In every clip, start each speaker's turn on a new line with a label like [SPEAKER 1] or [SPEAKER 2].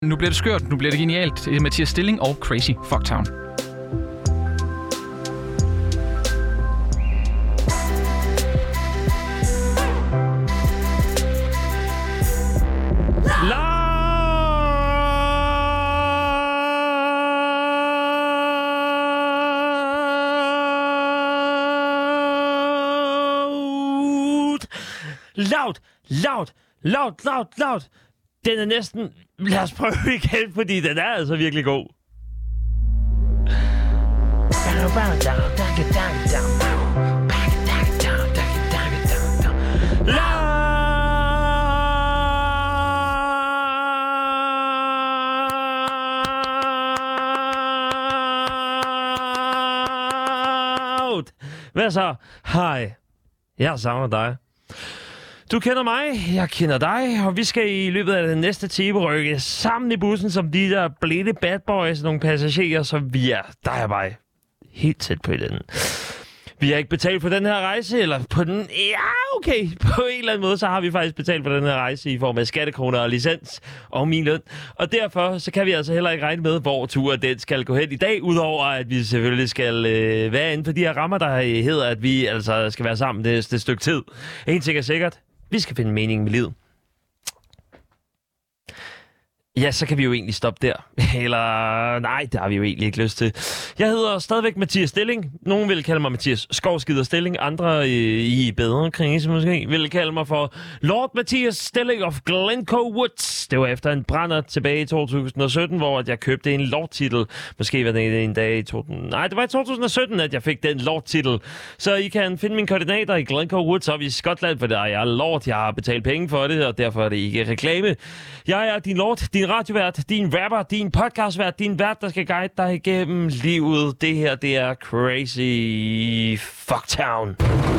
[SPEAKER 1] Nu bliver det skørt, nu bliver det genialt. Det er Mathias Stilling og Crazy Fucktown.
[SPEAKER 2] Loud. Den er næsten... Lad os prøve igen, fordi den er altså virkelig god. Loud. Hvad så? Hej. Jeg savner dig. Du kender mig, jeg kender dig, og vi skal i løbet af den næste time rykke sammen i bussen som de der blinde bad boys, nogle passagerer, som vi er dig og mig helt tæt på hinanden. Vi har ikke betalt for den her rejse, eller på den... Ja, okay. På en eller anden måde, så har vi faktisk betalt for den her rejse i form af skattekroner og licens og min løn. Og derfor, så kan vi altså heller ikke regne med, hvor turen den skal gå hen i dag, udover at vi selvfølgelig skal være inden for de her rammer, der hedder, at vi altså skal være sammen det stykke tid. En ting er sikkert. Vi skal finde mening med livet. Ja, så kan vi jo egentlig stoppe der. Eller nej, det har vi jo egentlig ikke lyst til. Jeg hedder stadigvæk Mathias Stilling. Nogen vil kalde mig Mathias Skovskider Stilling. Andre i bedre krise måske vil kalde mig for Lord Mathias Stilling of Glencoe Woods. Det var efter en brænder tilbage i 2017, hvor jeg købte en lordtitel. Måske var det en dag i 2017, at jeg fik den lordtitel. Så I kan finde mine koordinater i Glencoe Woods op i Skotland, for der er jeg lord. Jeg har betalt penge for det, og derfor er det ikke reklame. Jeg er din lord, din radiovært, din rapper, din podcastvært, din vært, der skal guide dig igennem livet. Det her, det er Crazy Fucktown.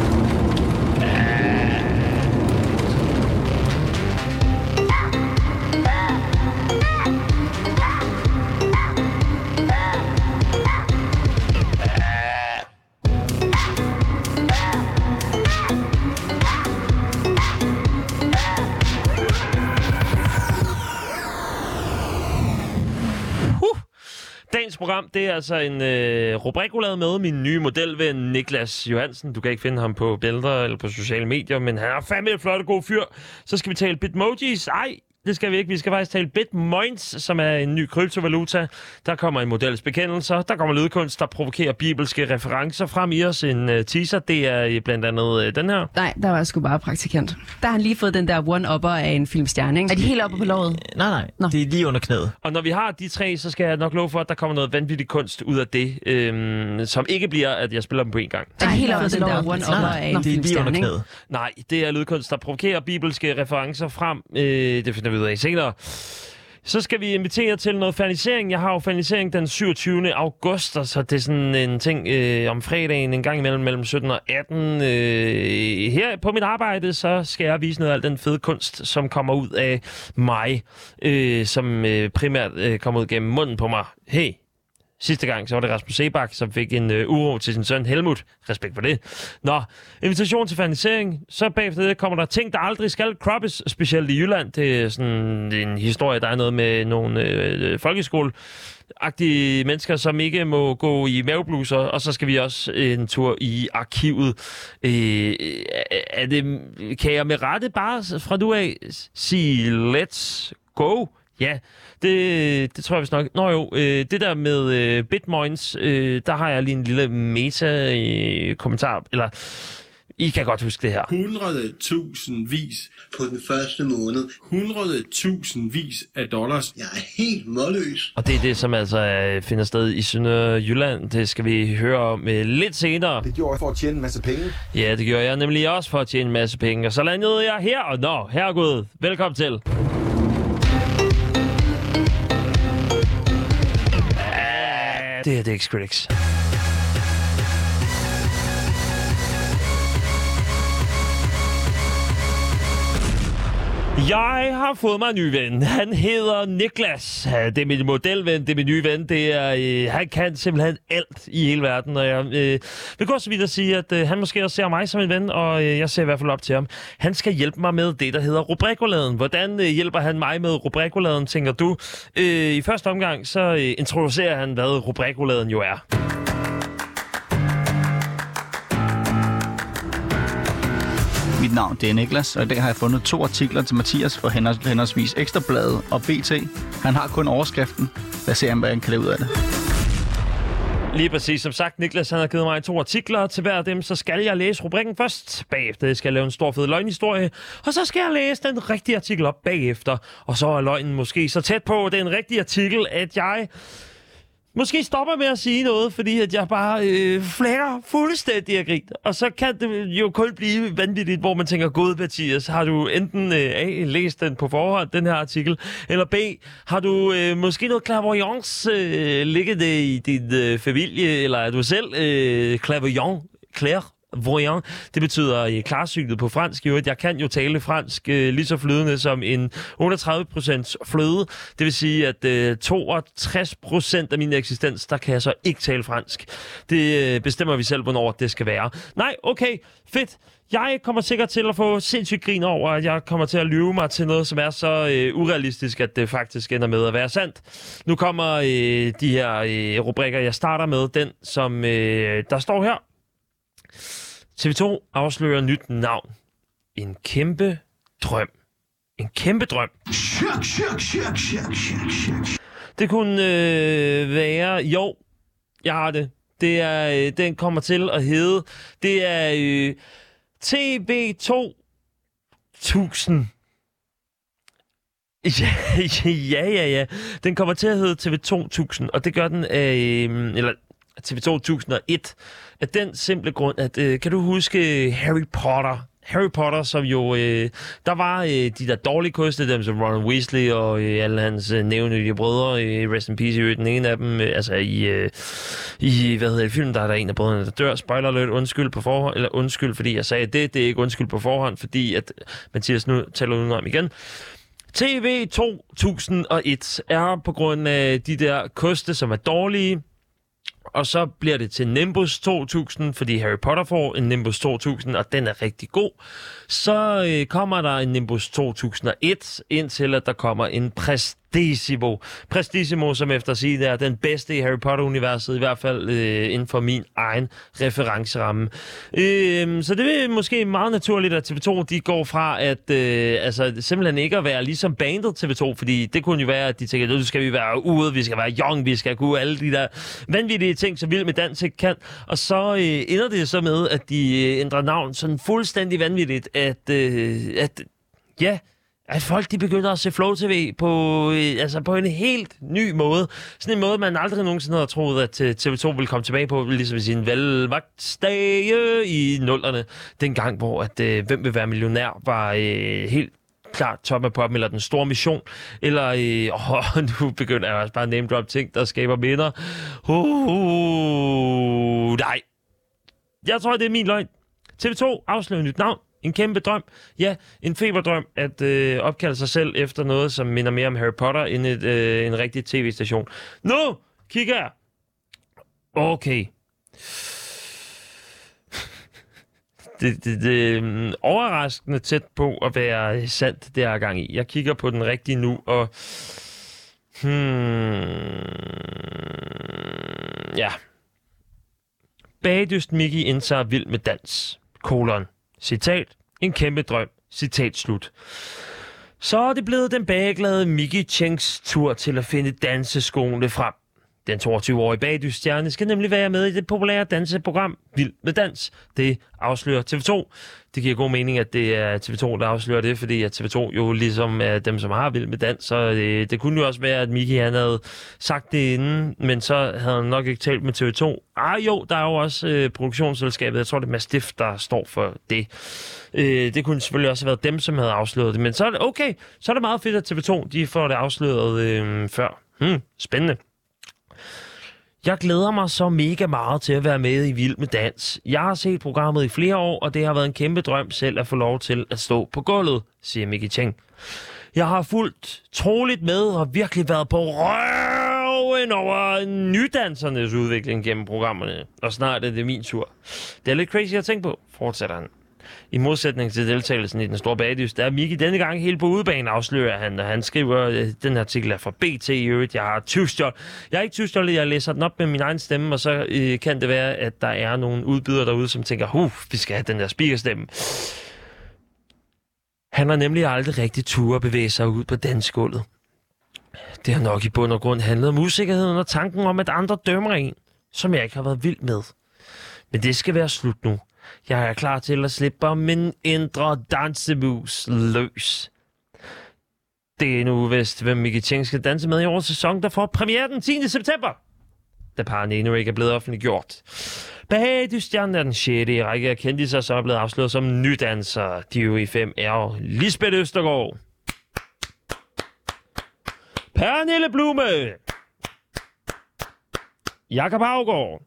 [SPEAKER 2] Dagens program, det er altså en rubrik, jeg lavede med min nye modelven Niklas Johansen. Du kan ikke finde ham på billeder eller på sociale medier, men han er fandme en flot og god fyr. Så skal vi tale Bitmojis. Ej, det skal vi ikke. Vi skal faktisk tale Bitmoins, som er en ny kryptovaluta. Der kommer en models bekendelser. Der kommer lydkunst, der provokerer bibelske referencer frem i os. En teaser, det er blandt andet den her.
[SPEAKER 3] Nej, der var jeg sgu bare praktikant. Der har han lige fået den der one-upper af en filmstjerne, ikke? Er de helt oppe på låret?
[SPEAKER 4] Nej. Nå. Det er lige under knæet.
[SPEAKER 2] Og når vi har de tre, så skal jeg nok love for, at der kommer noget vanvittig kunst ud af det, som ikke bliver, at jeg spiller dem på en gang.
[SPEAKER 3] Der er helt oppe på den der one-upper af en filmstjerne, ikke?
[SPEAKER 2] Nej, det er lydkunst, der provokerer bibelske referencer frem. Det finder vi ud af senere. Så skal vi invitere til noget fernisering. Jeg har jo fernisering den 27. august, og så det er sådan en ting om fredagen en gang imellem mellem 17 og 18. Her på mit arbejde, så skal jeg vise noget af den fede kunst, som kommer ud af mig, som primært kommer ud gennem munden på mig. Hey! Sidste gang, så var det Rasmus Sebak, som fik en uro til sin søn Helmut. Respekt for det. Nå, invitation til fernisering. Så bagefter det kommer der ting, der aldrig skal croppes, specielt i Jylland. Det er sådan en historie, der er noget med nogle folkeskoleagtige mennesker, som ikke må gå i mavebluser. Og så skal vi også en tur i arkivet. Kan jeg med rette bare fra nu af sige let's go? Ja, det tror jeg vist nok. Nå jo, det der med Bitmoins, der har jeg lige en lille meta-kommentar, eller I kan godt huske det her.
[SPEAKER 5] 100.000 på den første måned. 100.000 af dollars. Jeg er helt målløs.
[SPEAKER 2] Og det er det, som altså finder sted i Sønderjylland. Det skal vi høre om lidt senere.
[SPEAKER 6] Det gjorde jeg for at tjene en masse penge.
[SPEAKER 2] Ja, det gjorde jeg nemlig også for at tjene en masse penge. Og så landede jeg her, og herregud, velkommen til. Det er DX Critics. Jeg har fået mig en ny ven. Han hedder Niklas. Det er min modelven, det er min nye ven. Det er, han kan simpelthen alt i hele verden. Og jeg vil gå så vidt at sige, at han måske også ser mig som en ven, og jeg ser i hvert fald op til ham. Han skal hjælpe mig med det, der hedder rubrikoladen. Hvordan hjælper han mig med rubrikoladen, tænker du? I første omgang, så introducerer han, hvad rubrikoladen jo er.
[SPEAKER 6] Mit navn det er Niklas, og i dag har jeg fundet 2 artikler til Mathias for henholdsvis Ekstrabladet og BT. Han har kun overskriften. Lad os se, hvad han kan lave ud af det.
[SPEAKER 2] Lige præcis. Som sagt, Niklas han har givet mig 2 artikler. Til hver af dem, så skal jeg læse rubrikken først. Bagefter skal jeg lave en stor fed løgnhistorie. Og så skal jeg læse den rigtige artikel op bagefter. Og så er løgnen måske så tæt på den rigtige artikel, at jeg måske stopper med at sige noget, fordi at jeg bare flækker fuldstændig af grin. Og så kan det jo kun blive vanvittigt, hvor man tænker, god Mathias, har du enten A, læst den på forhånd, den her artikel, eller B, har du måske noget clairvoyance liggende i din familie, eller er du selv clairvoyant? Det betyder klarsynet på fransk. Jeg kan jo tale fransk lige så flydende som en 38% fløde. Det vil sige, at 62% af min eksistens, der kan jeg så ikke tale fransk. Det bestemmer vi selv, hvornår det skal være. Nej, okay, fedt. Jeg kommer sikkert til at få sindssygt grin over, at jeg kommer til at lyve mig til noget, som er så urealistisk, at det faktisk ender med at være sandt. Nu kommer de her rubrikker. Jeg starter med den, som der står her. TV2 afslører nyt navn. En kæmpe drøm. En kæmpe drøm. Det kunne være... Jo, jeg har det. Det er, den kommer til at hedde... Det er TV2 1000. Ja. Den kommer til at hedde TV2 1000, og det gør den af... eller TV2 1001. Af den simple grund, at kan du huske Harry Potter? Harry Potter, som jo... der var de der dårlige koste, dem som Ron Weasley og alle hans nævnlige brødre, rest in peace i den ene af dem, altså i hvad hedder det, filmen, der er der en af brødrene, der dør. Spoiler alert, undskyld på forhånd, eller undskyld, fordi jeg sagde det er ikke undskyld på forhånd, fordi at Mathias nu taler udenom igen. TV 2001 er på grund af de der koste, som er dårlige, og så bliver det til Nimbus 2000, fordi Harry Potter får en Nimbus 2000, og den er rigtig god. Så kommer der en Nimbus 2001, indtil at der kommer en Prestissimo. Prestissimo, som efter at sige, det er den bedste i Harry Potter-universet, i hvert fald inden for min egen referenceramme. Så det er måske meget naturligt, at TV2 de går fra at simpelthen ikke at være ligesom bandet TV2, fordi det kunne jo være, at de tænker, nu skal vi være ude, vi skal være young, vi skal kunne alle de der vanvittige ting, som Vild med Dans ikke kan. Og så ender det så med, at de ændrer navn sådan fuldstændig vanvittigt, at folk de begynder at se Flow TV på en helt ny måde. Sådan en måde, man aldrig nogensinde havde troet, at TV2 ville komme tilbage på, ligesom i sin velvagtsdage i 00'erne. Dengang, hvor at Hvem vil være millionær var helt klart top af poppen, eller Den Store Mission, eller nu begynder jeg også bare at name drop ting, der skaber minder. Nej. Jeg tror, det er min løgn. TV2 afslører nyt navn. En kæmpe drøm. Ja, en feberdrøm at opkalde sig selv efter noget, som minder mere om Harry Potter end en rigtig tv-station. Nu kigger jeg. Okay. Det er overraskende tæt på at være sandt, det er gang i. Jeg kigger på den rigtige nu, og... Ja. Bagdyst Mickey indtager Vild med Dans. Citat. En kæmpe drøm. Citat slut. Så er det blevet den bageglade Mickey Chengs tur til at finde danseskoene frem. Den 22-årige bagdysstjerne skal nemlig være med i det populære danseprogram Vild med Dans. Det afslører TV2. Det giver god mening, at det er TV2, der afslører det, fordi at TV2 jo ligesom er dem, som har Vild med Dans. Så det kunne jo også være, at Mickey han havde sagt det inden, men så havde han nok ikke talt med TV2. Jo, der er jo også produktionsselskabet. Jeg tror, det er Mastiff, der står for det. Det kunne selvfølgelig også have været dem, som havde afsløret det. Men så er det okay. Så er det meget fedt, at TV2 de får det afsløret før. Spændende. Jeg glæder mig så mega meget til at være med i Vild med Dans. Jeg har set programmet i flere år, og det har været en kæmpe drøm selv at få lov til at stå på gulvet, siger Mickey Cheng. Jeg har fulgt troligt med og virkelig været på røven over nydansernes udvikling gennem programmerne. Og snart er det min tur. Det er lidt crazy at tænke på, fortsætter han. I modsætning til deltagelsen i Den Store Bagdyst, der er Mickey denne gang helt på udebane, afslører han, og han skriver, den artikel er fra BT i øvrigt. Jeg har ikke tyvstjålet, jeg læser den op med min egen stemme, og så kan det være, at der er nogle udbydere derude, som tænker, vi skal have den der speakerstemme. Han har nemlig aldrig rigtig tur at bevæge sig ud på dansegulvet. Det har nok i bund og grund handlet om usikkerheden og tanken om, at andre dømmer en, som jeg ikke har været vild med. Men det skal være slut nu. Jeg er klar til at slippe min indre dansemus løs. Det er nu vist, hvem Mickey Cheng skal danse med i årets sæson, der får premiere den 10. september. Da parren endnu ikke er blevet offentliggjort. Bagdystjernen er den 6. i række af kendiser, så er blevet afsløret som nydanser. De øvrige 5 er Lisbeth Østergaard, Pernille Blume, Jakob Haugaard,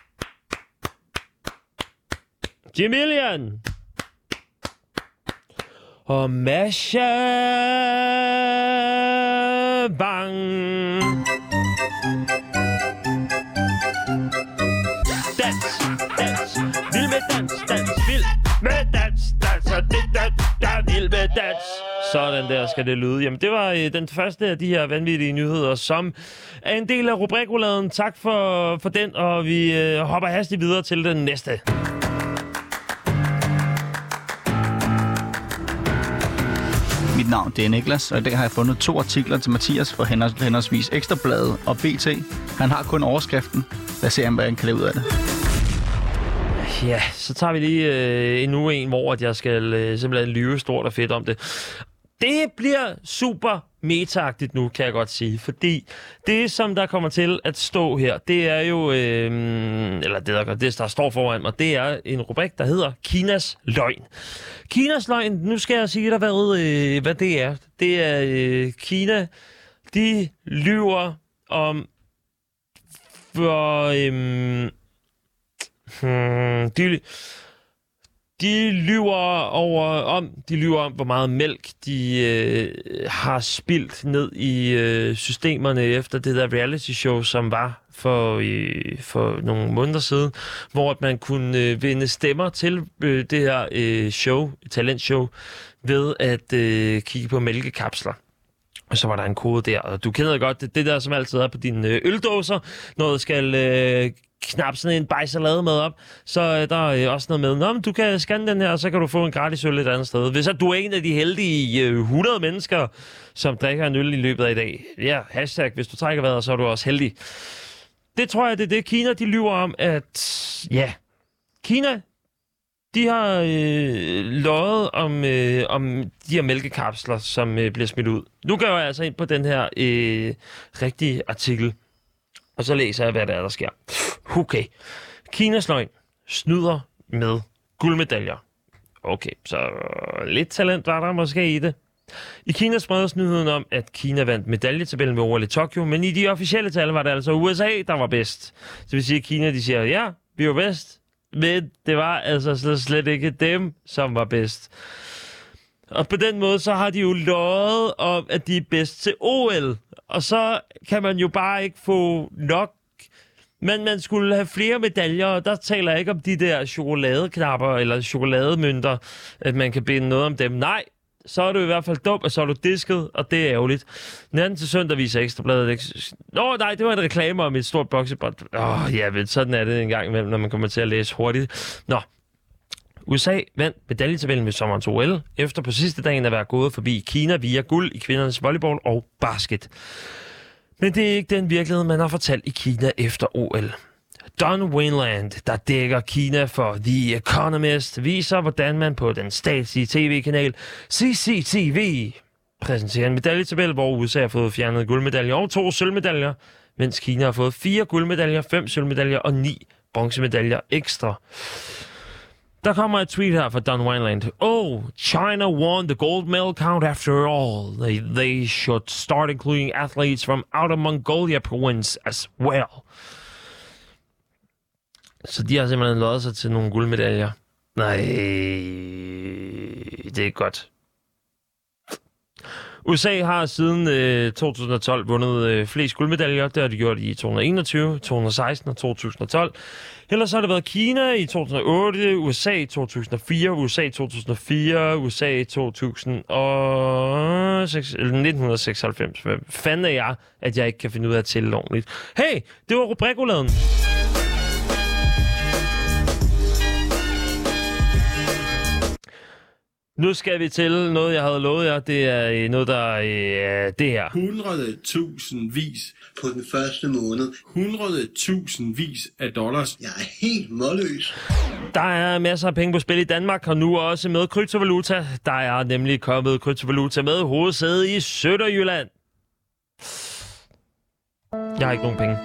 [SPEAKER 2] Jamilian og Masha Bang. Dans, vild med dans, vild med dans, og det der vild med dans. Sådan der skal det lyde. Jamen, det var den første af de her vanvittige nyheder, som er en del af rubrikruladen. Tak for den, og vi hopper hastigt videre til den næste.
[SPEAKER 6] Mit navn det er Niklas, og i dag har jeg fundet 2 artikler til Mathias for henholdsvis Ekstrabladet og BT. Han har kun overskriften. Lad os se, hvad han kan lave ud af det.
[SPEAKER 2] Ja, så tager vi lige endnu en, hvor jeg skal simpelthen lyve stort og fedt om det. Det bliver super meta-agtigt nu, kan jeg godt sige. Fordi det, som der kommer til at stå her, det er jo... eller det, der står foran mig, det er en rubrik, der hedder Kinas løgn. Kinas løgn, nu skal jeg sige dig, hvad det er. Det er Kina, de lyver om... De lyver om, hvor meget mælk de har spildt ned i systemerne efter det der reality show, som var for nogle måneder siden, hvor man kunne vinde stemmer til det her talentshow, ved at kigge på mælkekapsler. Og så var der en kode der, og du kender godt det der, som altid er på dine øldåser, når du skal knap sådan en bajsalade med op, så er der også noget med, nå, men du kan scanne den her, og så kan du få en gratis øl et andet sted. Hvis du er en af de heldige 100 mennesker, som drikker en øl i løbet af i dag, ja, hashtag, hvis du trækker vejret, så er du også heldig. Det tror jeg, det er det. Kina, de lyver om, at ja, Kina, de har løjet om de her mælkekapsler, som bliver smidt ud. Nu går jeg altså ind på den her rigtige artikel, og så læser jeg, hvad der sker. Okay. Kinas løgn snyder med guldmedaljer. Okay, så lidt talent var der måske i det. I Kina spredes nyheden om, at Kina vandt medaljetabellen ved OL i Tokyo, men i de officielle tal var det altså USA, der var bedst. Det vil sige, at Kina, de siger, ja, vi var bedst, men det var altså slet ikke dem, som var bedst. Og på den måde, så har de jo løjet om, at de er bedst til OL. Og så kan man jo bare ikke få nok. Men man skulle have flere medaljer, og der taler jeg ikke om de der chokoladeknapper eller chokolademønter, at man kan binde noget om dem. Nej, så er du i hvert fald dum, og så er du disket, og det er ærgerligt. Natten til søndag viser Ekstrabladet. Nej, det var en reklame om et stort boksebånd. Ja, men sådan er det en gang imellem, når man kommer til at læse hurtigt. Nå. USA vandt medaljetabellen ved sommerens OL, efter på sidste dagen at være gået forbi Kina via guld i kvindernes volleyball og basket. Men det er ikke den virkelighed, man har fortalt i Kina efter OL. Don Weinland, der dækker Kina for The Economist, viser, hvordan man på den statslige tv-kanal CCTV præsenterer en medaljetabel, hvor USA har fået fjernet guldmedaljer og 2 sølvmedaljer, mens Kina har fået 4 guldmedaljer, 5 sølvmedaljer og 9 bronzemedaljer ekstra. Der kommer et tweet her fra Don Weinland. Oh, China won the gold medal count after all. They should start including athletes from Outer Mongolia province as well. Så de har simpelthen løjet sig til nogle guldmedaljer. Nej, det er godt. USA har siden 2012 vundet flest guldmedaljer. Det har de gjort i 2021, 2016 og 2012. Ellers har det været Kina i 2008, USA i 2004, USA i 2004, USA i 1996. Hvad fanden er jeg, at jeg ikke kan finde ud af at tælle ordentligt? Hey, det var rubrikuladen. Nu skal vi til noget, jeg havde lovet jer. Det er noget, der er det her.
[SPEAKER 5] 100.000 vis på den første måned. 100.000 vis af dollars. Jeg er helt målløs.
[SPEAKER 2] Der er masser af penge på spil i Danmark, og nu også med kryptovaluta. Der er nemlig kommet kryptovaluta med hovedsæde i Sønderjylland. Jeg har ikke nogen penge.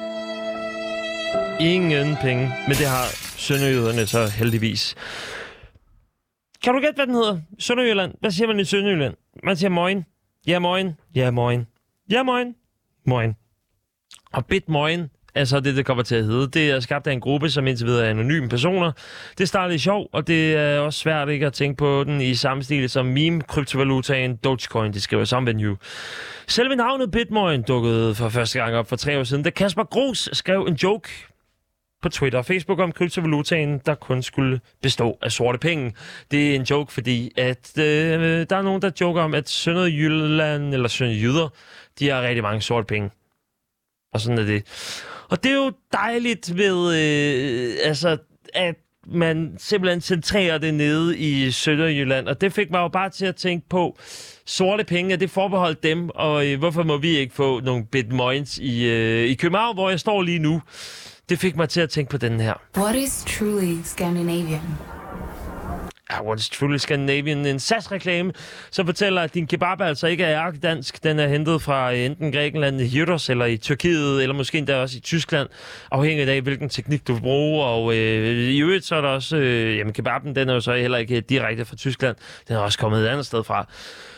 [SPEAKER 2] Ingen penge, men det har sønderjyderne så heldigvis. Kan du gætte, hvad den hedder? Sønderjylland. Hvad siger man i Sønderjylland? Man siger moin. Ja, moin. Ja, moin. Ja, moin. Moin. Og bitmoin, altså det kommer til at hedde, det er skabt af en gruppe, som indtil videre er anonyme personer. Det startede sjov, og det er også svært ikke at tænke på den i samme stil som meme-kryptovalutaen Dogecoin. Det skriver Somvenue. Selve navnet bitmoin dukkede for første gang op for 3 år siden, da Kasper Gros skrev en joke på Twitter og Facebook om kryptovalutaen, der kun skulle bestå af sorte penge. Det er en joke, fordi at der er nogen, der joker om, at Sønderjylland eller sønderjyder, de har rigtig mange sorte penge. Og sådan er det. Og det er jo dejligt ved, at man simpelthen centrerer det nede i Sønderjylland. Og det fik mig jo bare til at tænke på, sorte penge, er det forbeholdt dem? Og hvorfor må vi ikke få nogle bitmoins i København, hvor jeg står lige nu? Det fik mig til at tænke på den her.
[SPEAKER 7] What is truly Scandinavian?
[SPEAKER 2] What is truly Scandinavian? En SAS-reklame, som fortæller, at din kebab altså ikke er dansk. Den er hentet fra enten Grækenland, Hyros, eller i Tyrkiet, eller måske endda også i Tyskland, afhængig af, hvilken teknik du vil bruge. Og i øvrigt så er der også, kebaben, den er jo så heller ikke direkte fra Tyskland. Den er også kommet et andet sted fra.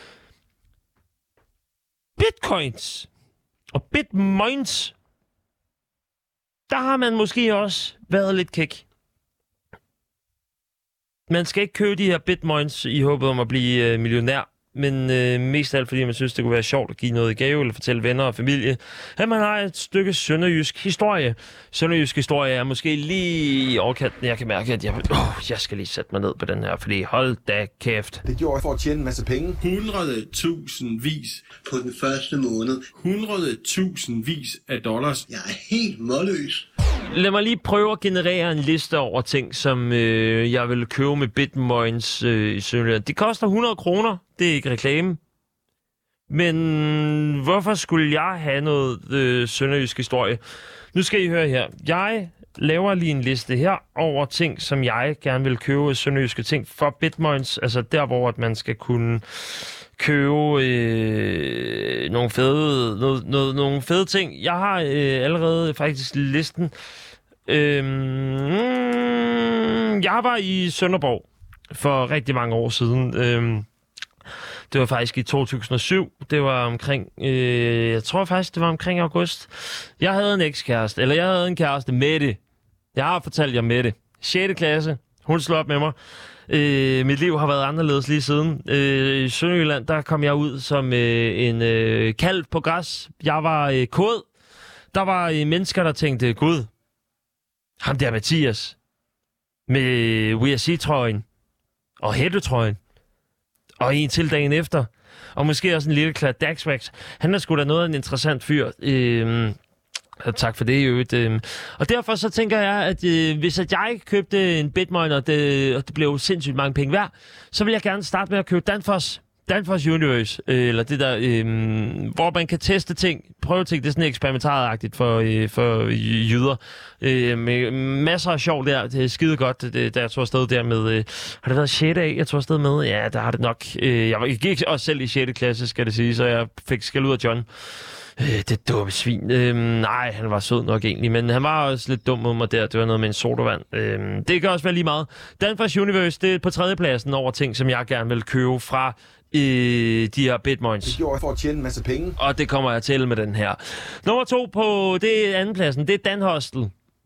[SPEAKER 2] Bitcoins og bitmoins, der har man måske også været lidt kæk. Man skal ikke købe de her bitmoins i håbet om at blive millionær, men mest af alt fordi man synes, det kunne være sjovt at give noget i gave eller fortælle venner og familie, at man har et stykke sønderjysk historie. Sønderjysk historie er måske lige i overkanten. Jeg kan mærke, at jeg skal lige sætte mig ned på den her, fordi hold da kæft.
[SPEAKER 8] Det gjorde jeg for at tjene en masse penge.
[SPEAKER 5] 100.000 vis på den første måned. 100.000 vis af dollars. Jeg er helt målløs.
[SPEAKER 2] Lad mig lige prøve at generere en liste over ting, som jeg vil købe med bitmoins i Sønderjylland. Det koster 100 kroner. Det er ikke reklame. Men hvorfor skulle jeg have noget sønderjysk historie? Nu skal I høre her. Jeg laver lige en liste her over ting, som jeg gerne vil købe sønderjyske ting for bitmoins. Altså der, hvor man skal kunne købe nogle fede ting. Jeg har allerede faktisk listen. Jeg var i Sønderborg for rigtig mange år siden. Det var faktisk i 2007. Det var omkring, jeg tror faktisk, det var omkring august. Jeg havde en ekskæreste, eller jeg havde en kæreste, Mette. Jeg har fortalt jer Mette. 6. klasse. Hun slog op med mig. Mit liv har været anderledes lige siden. I Sønderjylland, der kom jeg ud som en kalv på græs. Jeg var kod. Der var mennesker, der tænkte, Gud, ham der Mathias med WSC-trøjen og hættetrøjen og en til dagen efter. Og måske også en lille klat Daxwax. Han er sgu da noget af en interessant fyr. Tak for det i øvrigt. Og derfor så tænker jeg, at hvis at jeg købte en bitmoin, og det blev sindssygt mange penge værd, så vil jeg gerne starte med at købe Danfoss Universe, eller det der, hvor man kan teste ting, prøve ting. Det er sådan eksperimentaragtigt for jyder. Med masser af sjov der. Det er skide godt, da jeg tog afsted der med... har det været 6. af, jeg tog afsted med? Ja, der har det nok. Jeg gik også selv i 6. klasse, skal det sige, så jeg fik skæld ud af John. Det dumme svin. Nej, han var sød nok egentlig, men han var også lidt dum mod mig der. Det var noget med en sodavand. Det kan også være lige meget. Danfoss Universe, det er på 3. pladsen over ting, som jeg gerne vil købe fra de her bitmoins.
[SPEAKER 8] Det gjorde jeg for at tjene en masse penge.
[SPEAKER 2] Og det kommer jeg til med den her. Nummer 2 på det 2. pladsen, det er Dan Hostel.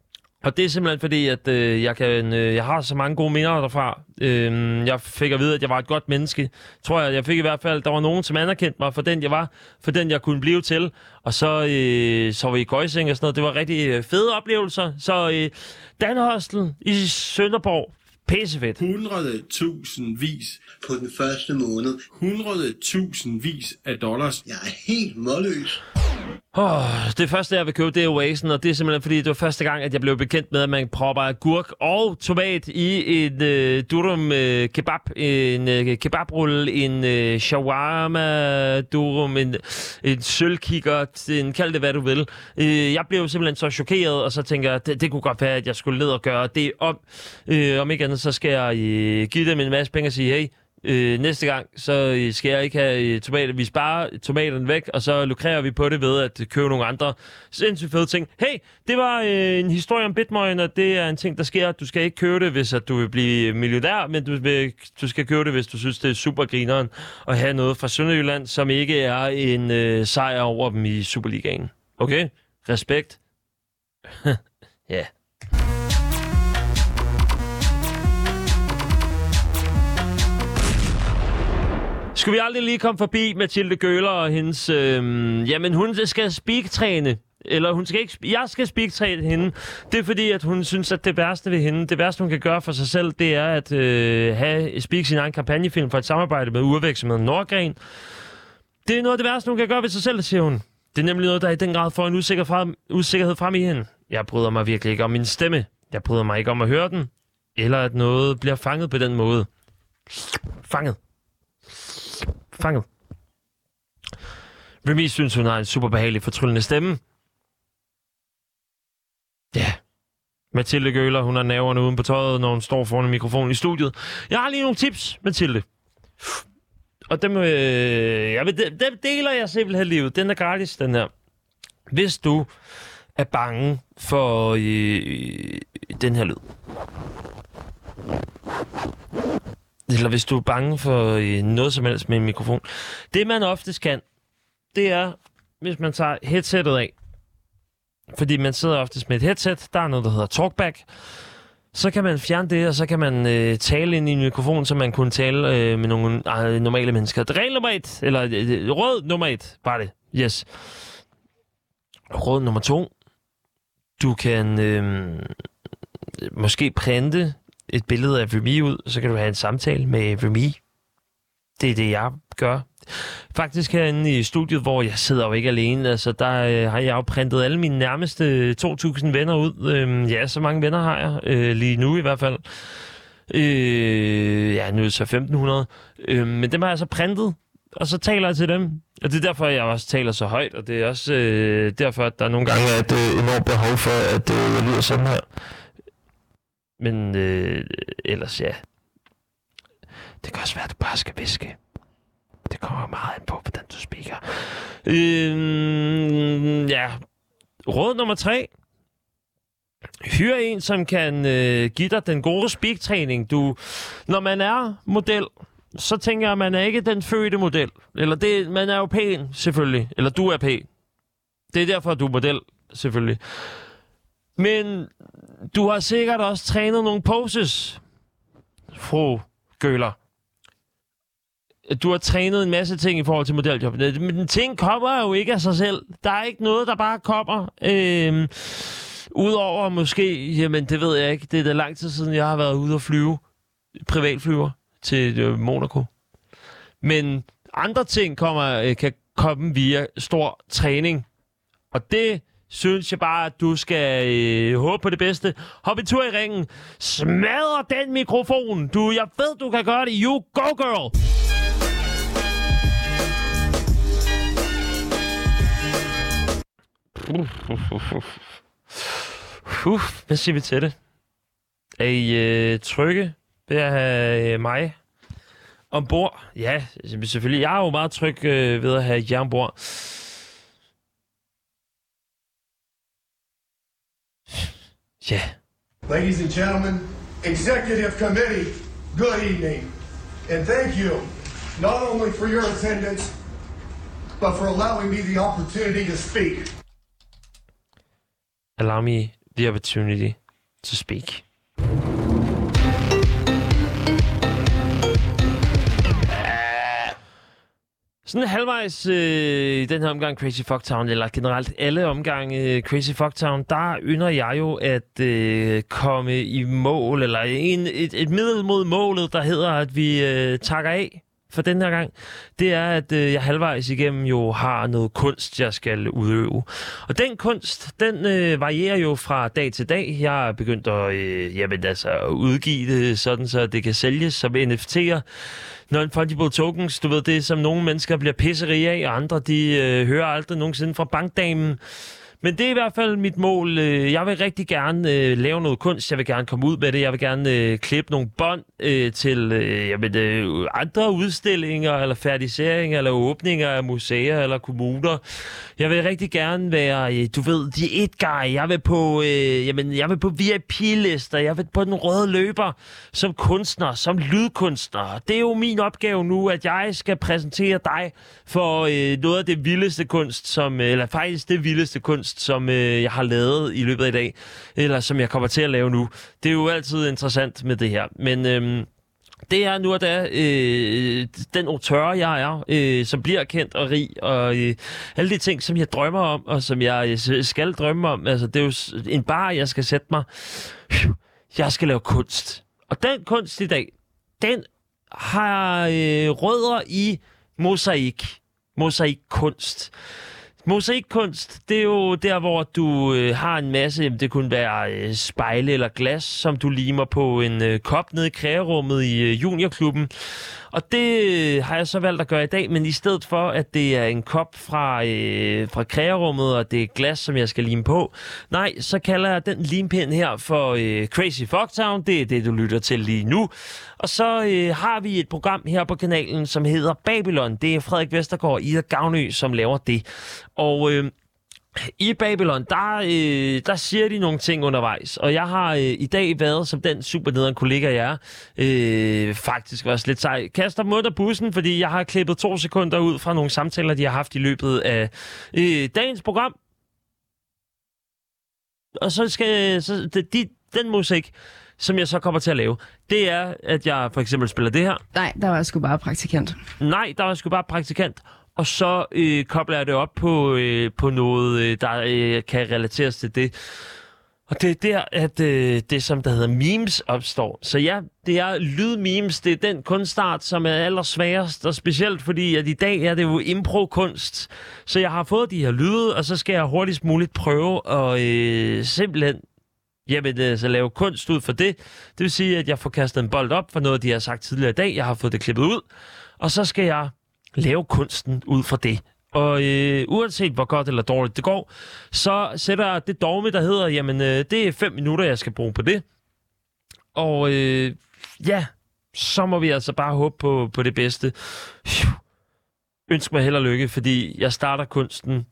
[SPEAKER 2] Og det er simpelthen fordi, at jeg har så mange gode minder derfra. Jeg fik at vide, at jeg var et godt menneske. Tror jeg fik i hvert fald, der var nogen, som anerkendte mig for den, jeg var. For den, jeg kunne blive til. Og så var vi i Gøjsing og sådan noget. Det var rigtig fede oplevelser. Så Danhostel i Sønderborg. Pissefedt.
[SPEAKER 5] 100.000 vis på den første måned. 100.000 vis af dollars. Jeg er helt målløs.
[SPEAKER 2] Det første, jeg vil købe, det er Oasen, og det er simpelthen, fordi det var første gang, at jeg blev bekendt med, at man propper agurk og tomat i en durum kebab, en kebabrulle, en shawarma durum, en sølvkikkert, kald det hvad du vil. Jeg blev simpelthen så chokeret, og så tænker jeg, det kunne godt være, at jeg skulle ned og gøre det om. Om ikke andet, så skal jeg give dem en masse penge og sige, hey, næste gang, så skal jeg ikke have tomater. Vi sparer tomaterne væk, og så lukrerer vi på det ved at købe nogle andre sindssygt fede ting. Hey, det var en historie om Bitmoin, og det er en ting, der sker. Du skal ikke købe det, hvis at du vil blive millionær, men du skal købe det, hvis du synes, det er super grineren at have noget fra Sønderjylland, som ikke er en sejr over dem i Superligaen. Okay? Respekt. Ja. Skulle vi aldrig lige komme forbi Mathilde Göhler og hendes... jamen, hun skal speak-træne. Eller hun skal ikke... Jeg skal speak-træne hende. Det er fordi, at hun synes, at det værste ved hende, det værste, hun kan gøre for sig selv, det er at speak sin egen kampagnefilm for et samarbejde med urvirksomheden Nordgren. Det er noget af det værste, hun kan gøre ved sig selv, siger hun. Det er nemlig noget, der i den grad får en usikkerhed frem i hende. Jeg bryder mig virkelig ikke om min stemme. Jeg bryder mig ikke om at høre den. Eller at noget bliver fanget på den måde. Fanget. Remy synes, hun har en super behagelig, fortryllende stemme. Ja. Mathilde Göhler, hun har nerverne uden på tøjet, når hun står foran mikrofonen i studiet. Jeg har lige nogle tips, Mathilde. Og dem deler jeg simpelthen livet. Den er gratis, den her. Hvis du er bange for den her lyd. Eller hvis du er bange for noget som helst med en mikrofon. Det man oftest kan, det er, hvis man tager headsettet af. Fordi man sidder oftest med et headset. Der er noget, der hedder TalkBack. Så kan man fjerne det, og så kan man tale ind i en mikrofon, så man kunne tale med nogle normale mennesker. Regel nummer 1, eller råd nummer 1, var det. Yes. Råd nummer 2. Du kan måske printe et billede af Remy ud, så kan du have en samtale med Remy. Det er det, jeg gør. Faktisk herinde i studiet, hvor jeg sidder jo ikke alene, altså der har jeg jo printet alle mine nærmeste 2.000 venner ud. Ja, så mange venner har jeg, lige nu i hvert fald. Ja, nu er det så 1.500. Men dem har jeg så printet, og så taler jeg til dem. Og det er derfor, jeg også taler så højt, og det er også derfor, at der nogle gange er et enormt behov for, at jeg lyder sådan her. Men ellers ja. Det kan også være, at du bare skal viske. Det kommer meget an på, hvordan du speaker. Ja. Råd nummer 3. Hyr en, som kan give dig den gode speak-træning. Når man er model, så tænker jeg, at man er ikke den fødte model. Eller man er jo pæn, selvfølgelig. Eller du er pæn. Det er derfor, du er model, selvfølgelig. Men du har sikkert også trænet nogle poses, fru Göhler. Du har trænet en masse ting i forhold til modeljob. Men ting kommer jo ikke af sig selv. Der er ikke noget, der bare kommer. Udover måske, jamen det ved jeg ikke. Det er da lang tid siden, jeg har været ude og flyve. Privatflyver til Monaco. Men andre ting kan komme via stor træning. Og det synes jeg bare, at du skal håbe på det bedste. Hop en tur i ringen. Smadre den mikrofon. Jeg ved, du kan gøre det. You go, girl! Hvad siger vi til det? Er I trygge ved at have mig ombord? Ja, selvfølgelig. Jeg er jo meget tryg ved at have jer ombord. Ja.
[SPEAKER 9] Ladies and gentlemen, Executive Committee, good evening. And thank you, not only for your attendance, but for allowing me the opportunity to speak.
[SPEAKER 2] Allow me the opportunity to speak. Sådan halvvejs i den her omgang Crazy Fucktown, eller generelt alle omgange Crazy Fucktown, der ynder jeg jo at komme i mål, eller et middel mod målet, der hedder, at vi takker af for den her gang. Det er, at jeg halvvejs igennem jo har noget kunst, jeg skal udøve. Og den kunst, den varierer jo fra dag til dag. Jeg har begyndt at udgive det sådan, så det kan sælges som NFT'er. Non-fungible tokens, du ved, det som nogle mennesker bliver pisserige af, og andre, de hører aldrig nogensinde fra bankdamen. Men det er i hvert fald mit mål. Jeg vil rigtig gerne lave noget kunst. Jeg vil gerne komme ud med det. Jeg vil gerne klippe nogle bånd til andre udstillinger, eller færdigiseringer, eller åbninger af museer, eller kommuner. Jeg vil rigtig gerne være, du ved, the it guy. Jeg vil på VIP-lister. Jeg vil på den røde løber som kunstner, som lydkunstner. Det er jo min opgave nu, at jeg skal præsentere dig for noget af det vildeste kunst, eller faktisk det vildeste kunst, som jeg har lavet i løbet af i dag, eller som jeg kommer til at lave nu. Det er jo altid interessant med det her. Men det er nu og da den auteur, jeg er, som bliver kendt og rig, og alle de ting, som jeg drømmer om, og som jeg skal drømme om. Altså, det er jo en bar, jeg skal sætte mig. Jeg skal lave kunst. Og den kunst i dag, den har rødder i mosaikkunst. Mosaikkunst, det er jo der, hvor du har en masse, det kunne være spejle eller glas, som du limer på en kop nede i kreerummet i juniorklubben. Og det har jeg så valgt at gøre i dag, men i stedet for, at det er en kop fra kreerummet, og det er glas, som jeg skal lime på, nej, så kalder jeg den limpind her for Crazy Fucktown. Det er det, du lytter til lige nu. Og så har vi et program her på kanalen, som hedder Babylon. Det er Frederik Vestergaard og Ida Gavnø, som laver det. Og i Babylon, der siger de nogle ting undervejs. Og jeg har i dag været, som den super nederen kollega jeg er, faktisk også lidt sej. Kaster mod af bussen, fordi jeg har klippet 2 sekunder ud fra nogle samtaler, de har haft i løbet af dagens program. Og så skal den musik, som jeg så kommer til at lave, det er, at jeg for eksempel spiller det her.
[SPEAKER 3] Nej, der var sgu bare praktikant. Og så kobler jeg det op på noget, der kan relateres til det. Og det er der, at det, som der hedder memes, opstår. Så ja, det er lydmemes. Det er den kunstart, som er allersværest. Og specielt fordi, at i dag er det jo impro-kunst. Så jeg har fået de her lyde, og så skal jeg hurtigst muligt prøve at simpelthen så lave kunst ud for det. Det vil sige, at jeg får kastet en bold op for noget, de har sagt tidligere i dag. Jeg har fået det klippet ud. Og så skal jeg lave kunsten ud fra det. Og uanset hvor godt eller dårligt det går, så sætter jeg det dogme, der hedder, det er 5 minutter, jeg skal bruge på det. Og så må vi altså bare håbe på det bedste. Ønsk mig held og lykke, fordi jeg starter kunsten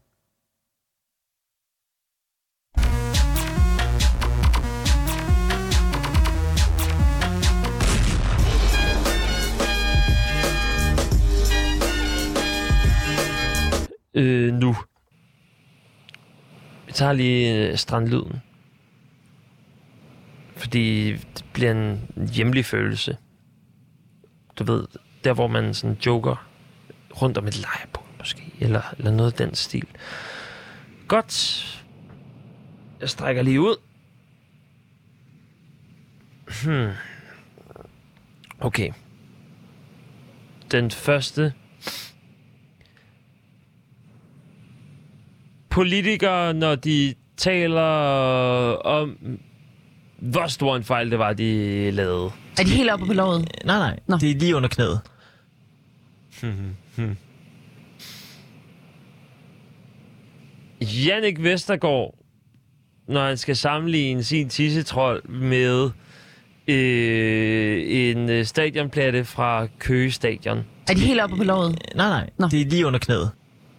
[SPEAKER 3] nu. Vi tager lige strandlyden. Fordi det bliver en hjemlig følelse. Du ved, der hvor man sådan joker rundt om et lejrebål måske, eller noget af den stil. Godt. Jeg strækker lige ud. Okay. Den første. Politikere, når de taler om, hvor stor en fejl det var, de lavede. Er de helt oppe på låret?
[SPEAKER 4] Nej. Nå. Det er lige under knæet.
[SPEAKER 2] Jannik Vestergaard, når han skal sammenligne sin tissetrold med en stadionplatte fra Køge Stadion.
[SPEAKER 3] Er de helt oppe på låret?
[SPEAKER 4] Nej. Nå. Det er lige under knæet.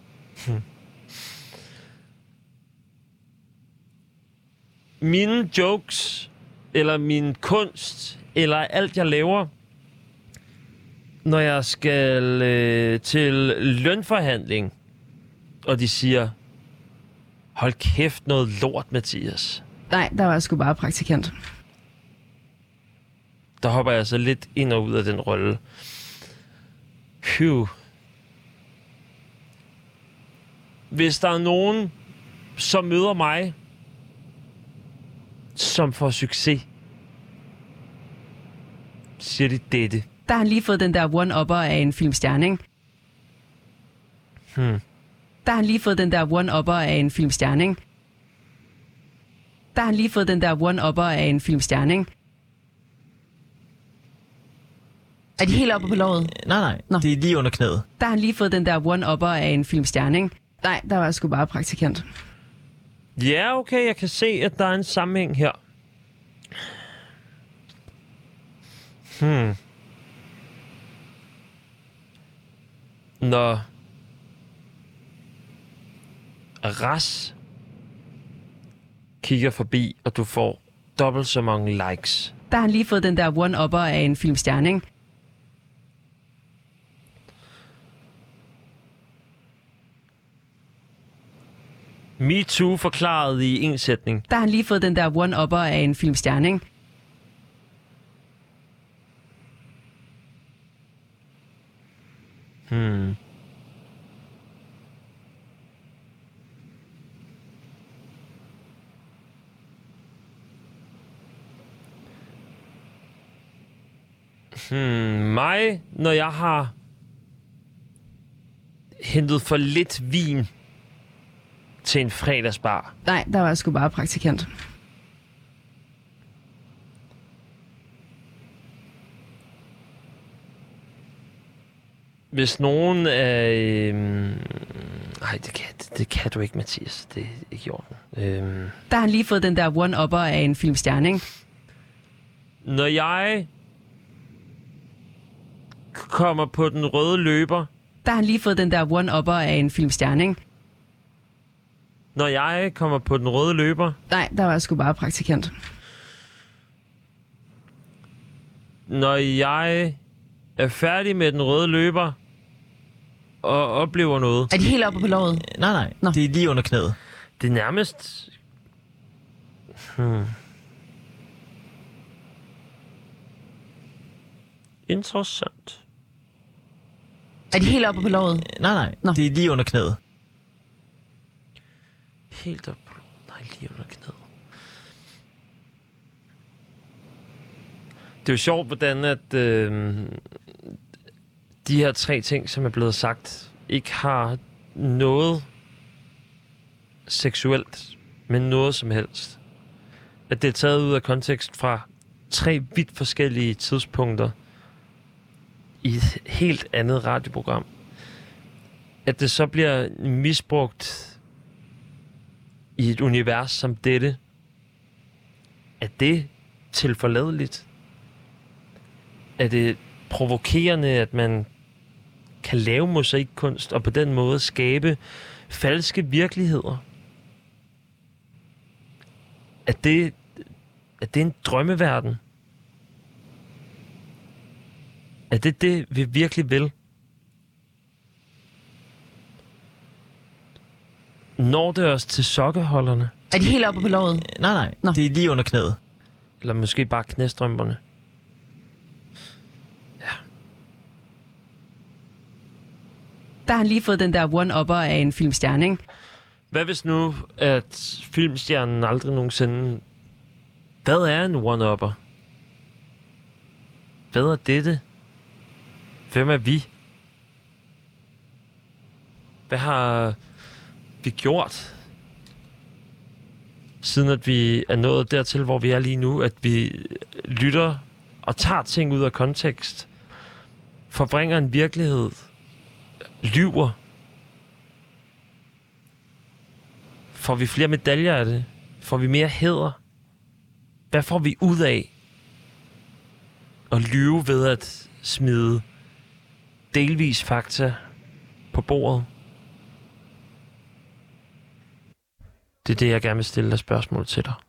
[SPEAKER 2] Mine jokes, eller min kunst, eller alt jeg laver, når jeg skal til lønforhandling, og de siger, hold kæft noget lort, Mathias.
[SPEAKER 10] Nej, der var jeg sgu bare praktikant.
[SPEAKER 2] Der hopper jeg så lidt ind og ud af den rolle. Hvis der er nogen, som møder mig, som får succes, siger de dette.
[SPEAKER 10] Der har han lige fået den der one-upper af en filmstjerne, ikke? Der har han lige fået den der one-upper af en filmstjerne, ikke? Der har han lige fået den der one-upper af en filmstjerne, ikke? Er de helt oppe på låret?
[SPEAKER 4] Nej.
[SPEAKER 10] Nå.
[SPEAKER 4] Det er lige under knæet.
[SPEAKER 10] Der har han lige fået den der one-upper af en filmstjerne, ikke? Nej, der var jeg sgu bare praktikant.
[SPEAKER 2] Ja, okay, jeg kan se, at der er en sammenhæng her. Når Ras kigger forbi, og du får dobbelt så mange likes.
[SPEAKER 10] Der har han lige fået den der one-upper af en filmstjerne, ikke?
[SPEAKER 2] MeToo forklaret i en sætning.
[SPEAKER 10] Der har han lige fået den der one-upper af en filmstjerne, ikke?
[SPEAKER 2] Mig, når jeg har hentet for lidt vin til en fredagsbar.
[SPEAKER 10] Nej, der var jeg sgu bare praktikant.
[SPEAKER 2] Hvis nogen er... Nej, det kan du ikke, Mathias. Det er ikke i orden.
[SPEAKER 10] Der har han lige fået den der one-upper af en filmstjerne, ikke?
[SPEAKER 2] Når jeg kommer på den røde løber...
[SPEAKER 10] Der har han lige fået den der one-upper af en filmstjerne, ikke?
[SPEAKER 2] Når jeg kommer på den røde løber...
[SPEAKER 10] Nej, der var jeg sgu bare praktikant.
[SPEAKER 2] Når jeg er færdig med den røde løber og oplever noget...
[SPEAKER 10] Er de helt oppe på låret?
[SPEAKER 4] Nej.
[SPEAKER 10] Nå.
[SPEAKER 4] Det er lige under knæet.
[SPEAKER 2] Det er nærmest... Interessant.
[SPEAKER 10] Er de helt oppe på låret?
[SPEAKER 4] Nej.
[SPEAKER 10] Nå.
[SPEAKER 4] Det er lige under knæet.
[SPEAKER 2] Helt op. Nej, lige under knæet. Det er jo sjovt, hvordan at de her 3 ting, som er blevet sagt, ikke har noget seksuelt, men noget som helst. At det er taget ud af kontekst fra 3 vidt forskellige tidspunkter i et helt andet radioprogram. At det så bliver misbrugt i et univers som dette. Er det tilforladeligt? Er det provokerende, at man kan lave mosaikkunst og på den måde skabe falske virkeligheder? Er det en drømmeverden? Er det, vi virkelig vil? Når det os til sokkeholderne?
[SPEAKER 10] Er de helt oppe på låret?
[SPEAKER 4] Nej.
[SPEAKER 10] Nå.
[SPEAKER 4] Det er lige under knæet.
[SPEAKER 2] Eller måske bare knæstrømperne? Ja.
[SPEAKER 10] Der har han lige fået den der one-upper af en filmstjerne, ikke?
[SPEAKER 2] Hvad hvis nu, at filmstjernen aldrig nogensinde... Hvad er en one-upper? Hvad er dette? Hvem er vi? Hvad har vi gjort? Siden at vi er nået dertil, hvor vi er lige nu, at vi lytter og tager ting ud af kontekst, forbringer en virkelighed, lyver. Får vi flere medaljer af det? Får vi mere hæder? Hvad får vi ud af at lyve ved at smide delvis fakta på bordet? Det er det, jeg gerne vil stille dig spørgsmål til dig.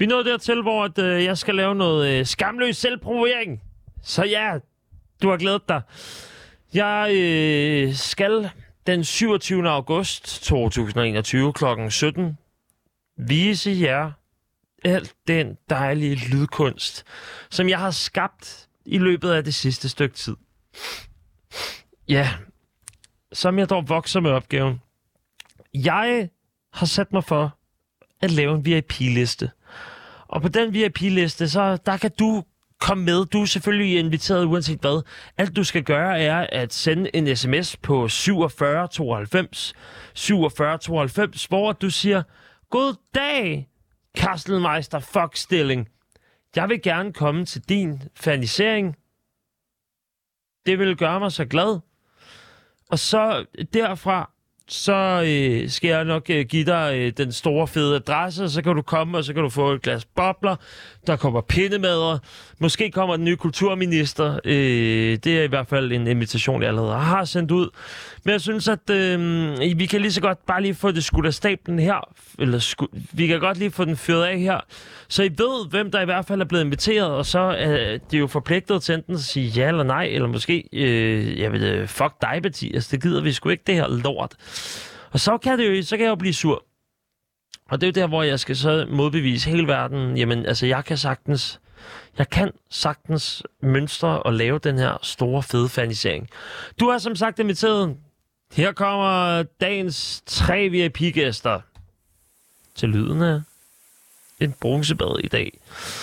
[SPEAKER 2] Vi er nået dertil, hvor jeg skal lave noget skamløs selvprovering. Så ja, du har glædet dig. Jeg skal den 27. august 2021 kl. 17 vise jer alt den dejlige lydkunst, som jeg har skabt i løbet af det sidste stykke tid. Ja, som jeg dog vokser med opgaven. Jeg har sat mig for at lave en VIP-liste. Og på den VIP-liste, så der kan du komme med. Du er selvfølgelig inviteret uanset hvad. Alt du skal gøre er at sende en sms på 4792, 4792, hvor du siger, god dag, Kastelmeister Fox-stilling. Jeg vil gerne komme til din fernisering. Det vil gøre mig så glad. Og så derfra, så skal jeg nok give dig den store fede adresse, og så kan du komme, og så kan du få et glas bobler. Der kommer pindemader. Måske kommer den nye kulturminister. Det er i hvert fald en invitation, jeg allerede har sendt ud. Men jeg synes, at vi kan lige så godt bare lige få det skudt af stablen her. Eller vi kan godt lige få den fyret af her. Så I ved, hvem der i hvert fald er blevet inviteret, og så er de jo forpligtet til enten at sige ja eller nej, eller måske, fuck dig, Mathias, det gider vi sgu ikke, det her lort. Og så kan jeg jo blive sur. Og det er jo der, hvor jeg skal så modbevise hele verden. Jamen, altså, jeg kan sagtens mønstre og lave den her store, fede fanisering. Du har som sagt inviteret. Her kommer dagens 3 VIP-gæster. Til lyden af en bronzebad i dag.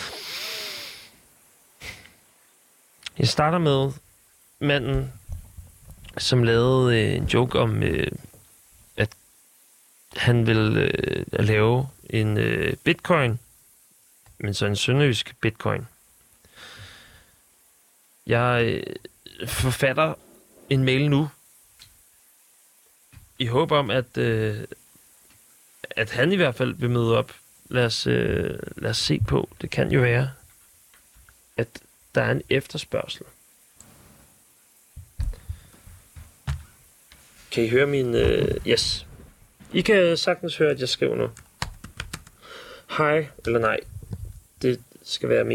[SPEAKER 2] Jeg starter med manden, som lavede en joke om, at han vil lave en bitcoin, men så en sønderjysk bitcoin. Jeg forfatter en mail nu, i håb om, at han i hvert fald vil møde op. Lad os se på. Det kan jo være, at der er en efterspørgsel. Kan I høre min... yes. I kan sagtens høre, at jeg skriver nu. Hej, eller nej. Det skal være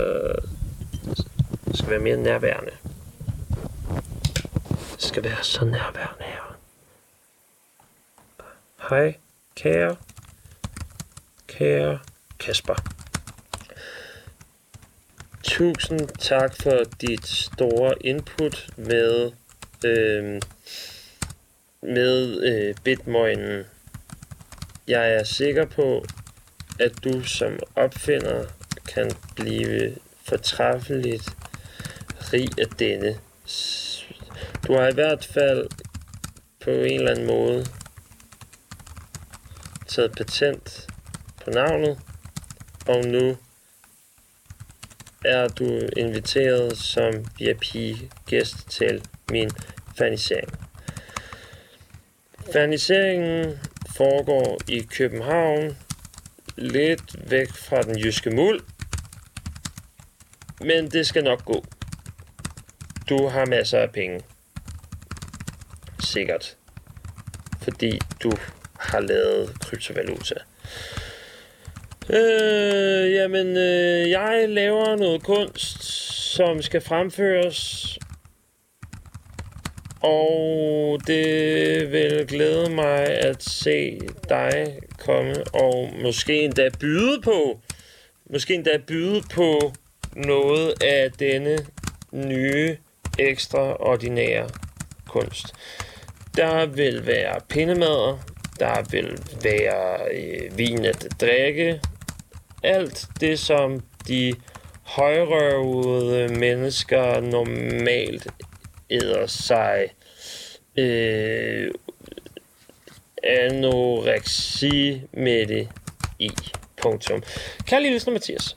[SPEAKER 2] mere nærværende. Det skal være så nærværende her. Hej, kære Kasper. Tusind tak for dit store input med bitcoinen. Jeg er sikker på, at du som opfinder kan blive fortræffeligt rig af denne. Du har i hvert fald på en eller anden måde taget patent på navnet, og nu er du inviteret som VIP-gæst til min fernisering. Ferniseringen foregår i København, lidt væk fra den jyske muld, men det skal nok gå. Du har masser af penge. Sikkert. Fordi du har lavet kryptovaluta. Jeg laver noget kunst, som skal fremføres, og det vil glæde mig at se dig komme og måske endda byde på noget af denne nye ekstraordinære kunst. Der vil være pindemader, der vil være vin at drikke, alt det, som de højrøvede mennesker normalt æder sig anoreksi med det i. Punktum. Kærlig lyssner, Mathias.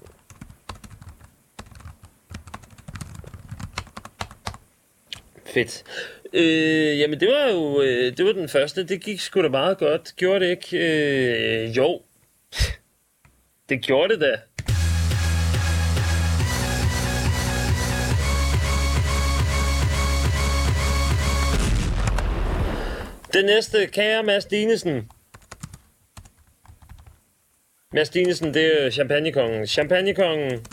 [SPEAKER 2] Fedt. Jamen, det var jo det var den første. Det gik sgu da meget godt. Gjorde det ikke? Jo. Det gjorde det da. Det næste, kære Mads Dinesen. Mads Dinesen, det er champagnekongen. Champagnekongen.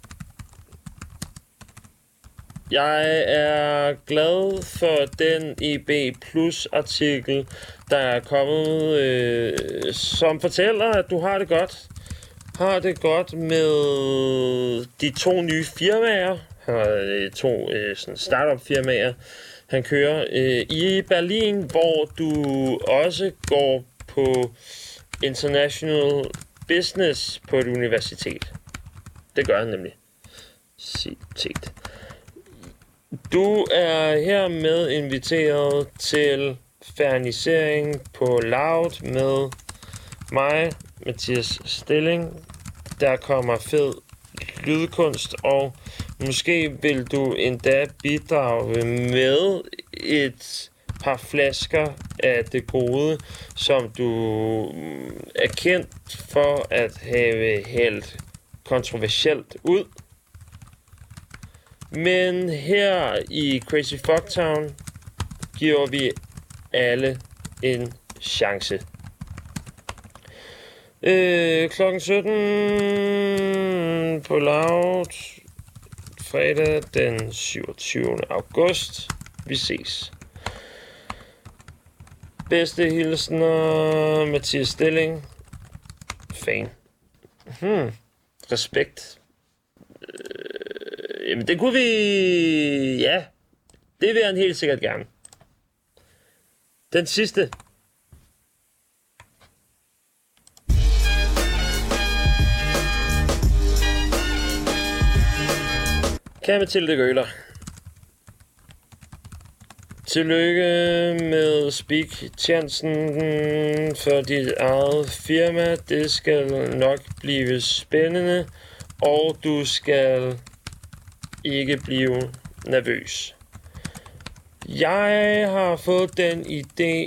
[SPEAKER 2] Jeg er glad for den EB Plus artikel, der er kommet, som fortæller, at du har det godt. Har det godt med de 2 nye firmaer. Har 2 sådan startup firmaer, han kører i Berlin, hvor du også går på International Business på et universitet. Det gør han nemlig. Citat. Du er hermed inviteret til fernisering på Loud med mig, Mathias Stilling. Der kommer fed lydkunst, og måske vil du endda bidrage med et par flasker af det gode, som du er kendt for at have hældt kontroversielt ud. Men her i Crazy Fucktown giver vi alle en chance. Klokken 17 på Loud, fredag den 27. august. Vi ses. Bedste hilsner, Mathias Stilling. Fan. Respekt. Jamen, det kunne vi... Ja, det vil han helt sikkert gerne. Den sidste. Kære Mathilde Gøler. Tillykke med Speak-chancen for dit eget firma. Det skal nok blive spændende, og du skal ikke blive nervøs. Jeg har fået den idé,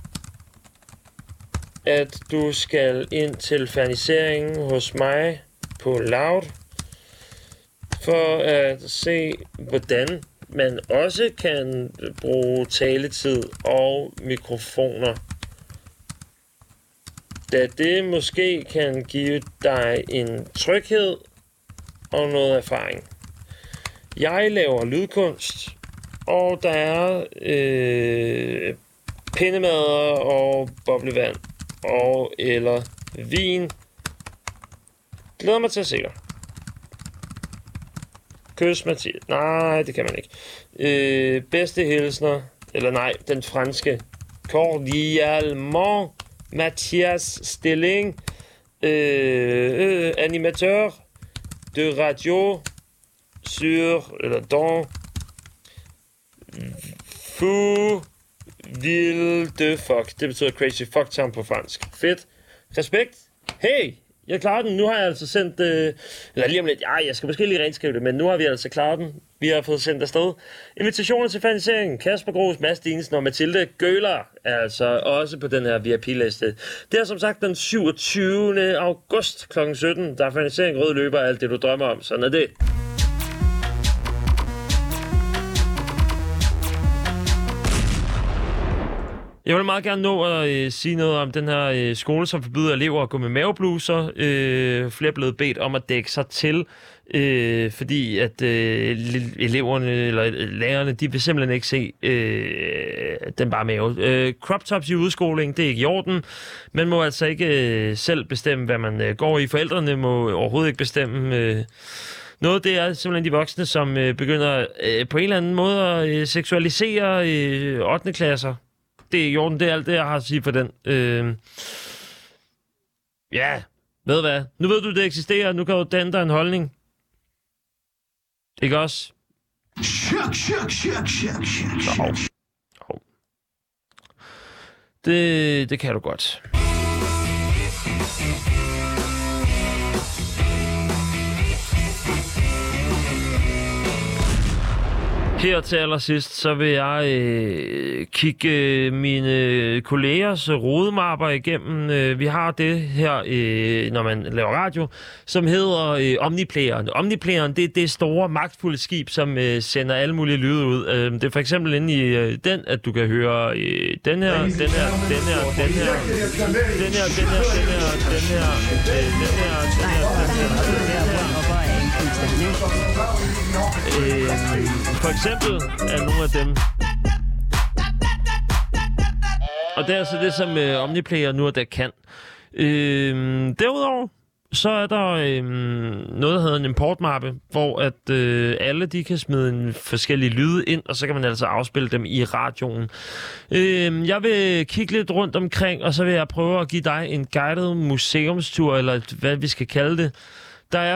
[SPEAKER 2] at du skal ind til ferniseringen hos mig på Loud, for at se, hvordan man også kan bruge taletid og mikrofoner. Da det måske kan give dig en tryghed og noget erfaring. Jeg laver lydkunst, og der er pindemader og boblevand og eller vin. Glæder mig til at se dig. Kys, Mathias. Nej, det kan man ikke. Bedste hilsner. Eller nej, den franske. Cordialement. Mathias Stilling. Animateur de radio sur eller dans Fou Ville de Fuck. Det betyder Crazy Fucktown på fransk. Fedt. Respekt. Hey, jeg klarer den. Nu har jeg altså sendt... eller lige om lidt. Jeg skal måske lige renskrive det, men nu har vi altså klaret den. Vi har fået sendt afsted. Invitationer til ferniseringen. Kasper Gros, Mads Dinesen og Mathilde Gøler er altså også på den her VIP-liste. Det er som sagt den 27. august kl. 17. Der er fernisering, rød løber og alt det, du drømmer om. Sådan er det. Jeg vil meget gerne nå at sige noget om den her skole, som forbyder elever at gå med mavebluser. Flere er blevet bedt om at dække sig til, fordi at eleverne eller lærerne, de vil simpelthen ikke se den bare mave. Crop tops i udskoling, det er ikke i orden. Man må altså ikke selv bestemme, hvad man går i. Forældrene må overhovedet ikke bestemme noget. Det er simpelthen de voksne, som begynder på en eller anden måde at seksualisere 8. klasser. Det er i orden, det er alt det, jeg har at sige for den. Ja, ved hvad? Nu ved du, det eksisterer, nu kan du danne dig en holdning. Ikke også? Det kan du godt. Her til allersidst, så vil jeg kigge mine kollegers rodemapper igennem. Vi har det her, når man laver radio, som hedder Omniplayeren. Omniplayeren, det er det store, magtfulde skib, som sender alle mulige lyde ud. Det er for eksempel inde i den, at du kan høre den her, den her, den her, den her, den her, den her, den her, den her, den her, for eksempel er nogle af dem. Og det er altså det, som Omniplayer nu og der kan. Derudover, så er der noget, der hedder en importmappe, hvor at alle de kan smide en forskellige lyde ind, og så kan man altså afspille dem i radioen. Jeg vil kigge lidt rundt omkring, og så vil jeg prøve at give dig en guided museumstur, eller hvad vi skal kalde det. Der er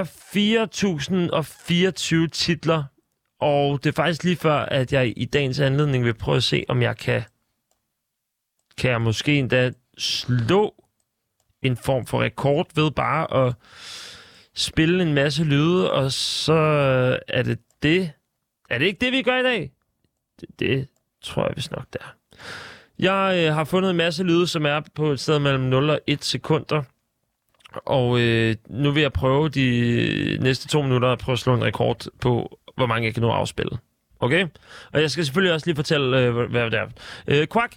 [SPEAKER 2] 4.024 titler, og det er faktisk lige før, at jeg i dagens anledning vil prøve at se, om jeg kan jeg måske endda slå en form for rekord ved bare at spille en masse lyde, og så er det det. Er det ikke det, vi gør i dag? Det tror jeg vist nok, det er. Jeg har fundet en masse lyde, som er på et sted mellem 0 og 1 sekunder. Og nu vil jeg prøve de næste 2 minutter at prøve at slå en rekord på, hvor mange jeg kan nå at afspille. Okay? Og jeg skal selvfølgelig også lige fortælle, hvad det er. Quack.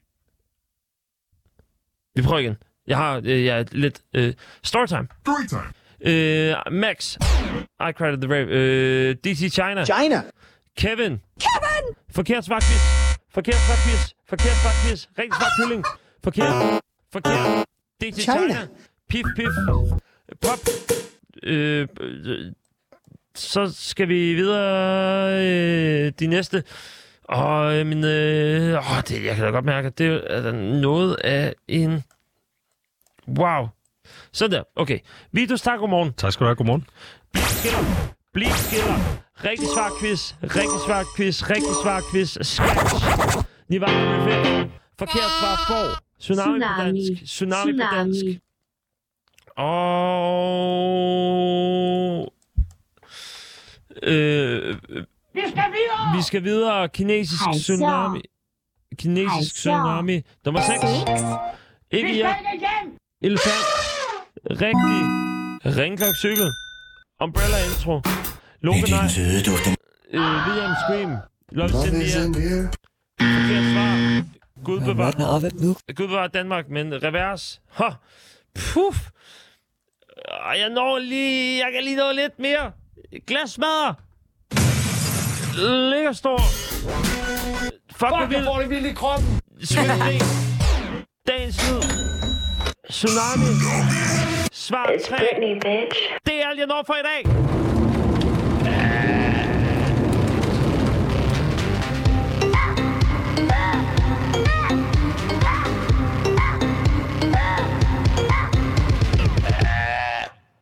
[SPEAKER 2] Vi prøver igen. Jeg har lidt storytime. Max. I credit the rave. DC China. Kevin. Forkert svarkvis. Forkert svarkvis. Rigtig svart kylling. Forkert. DC China. Pif. Pop. Så skal vi videre de næste. Og jeg kan da godt mærke, at det er noget af en... Wow. Sådan der. Okay. Vitus, tak. Godmorgen.
[SPEAKER 11] Tak skal du have. Godmorgen.
[SPEAKER 2] Bliv skiller. Rigtig svar quiz. Scratch. Nivå 5. Forkert svar får. Tsunami på dansk. Tsunami på dansk. Og... Vi skal videre. Kinesisk tsunami. Nummer 6. Ikke hjælp. Elefant. Rigtig. Ringklokscykel. Umbrella intro. Loganai. William Scream. Love India. Forkert svar. Gud bevarer Danmark, men revers. Puff. Jeg kan lige nå lidt mere. Glasmadder. Ligger stor. Fuck, jeg får det vildt i kroppen. Svømning. Dagens lyd. Tsunami. Svar 3. Det er alt, jeg når for i dag.